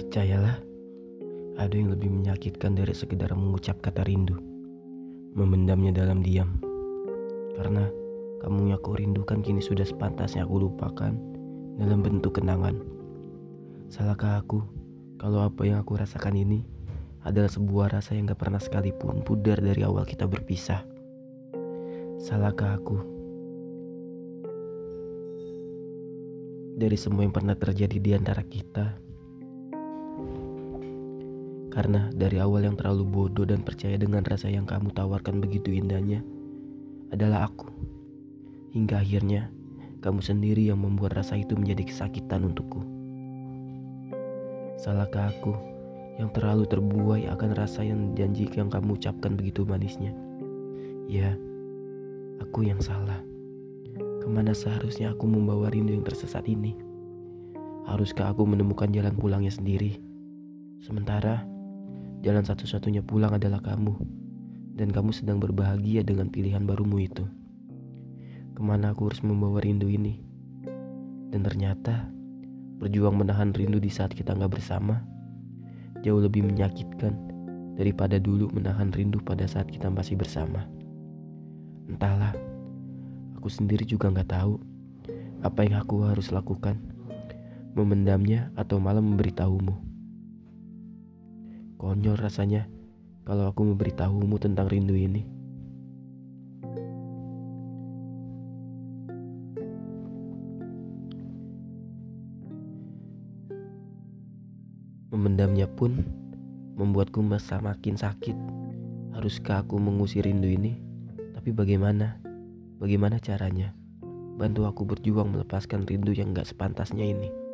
Percayalah, ada yang lebih menyakitkan dari sekedar mengucap kata rindu, memendamnya dalam diam. Karena kamu yang aku rindukan kini sudah sepantasnya aku lupakan dalam bentuk kenangan. Salahkah aku kalau apa yang aku rasakan ini adalah sebuah rasa yang gak pernah sekalipun pudar dari awal kita berpisah? Salahkah aku dari semua yang pernah terjadi di antara kita? Karena dari awal yang terlalu bodoh dan percaya dengan rasa yang kamu tawarkan begitu indahnya adalah aku. Hingga akhirnya kamu sendiri yang membuat rasa itu menjadi kesakitan untukku. Salahkah aku yang terlalu terbuai akan rasa yang janji yang kamu ucapkan begitu manisnya? Ya, aku yang salah. Kemana seharusnya aku membawa rindu yang tersesat ini? Haruskah aku menemukan jalan pulangnya sendiri? Sementara jalan satu-satunya pulang adalah kamu, dan kamu sedang berbahagia dengan pilihan barumu itu. Kemana aku harus membawa rindu ini? Dan ternyata berjuang menahan rindu di saat kita gak bersama jauh lebih menyakitkan daripada dulu menahan rindu pada saat kita masih bersama. Entahlah, aku sendiri juga gak tahu apa yang aku harus lakukan, memendamnya atau malah memberitahumu. Konyol rasanya kalau aku memberitahumu tentang rindu ini. Memendamnya pun membuatku merasa makin sakit. Haruskah aku mengusir rindu ini? Tapi bagaimana? Bagaimana caranya? Bantu aku berjuang melepaskan rindu yang gak sepantasnya ini.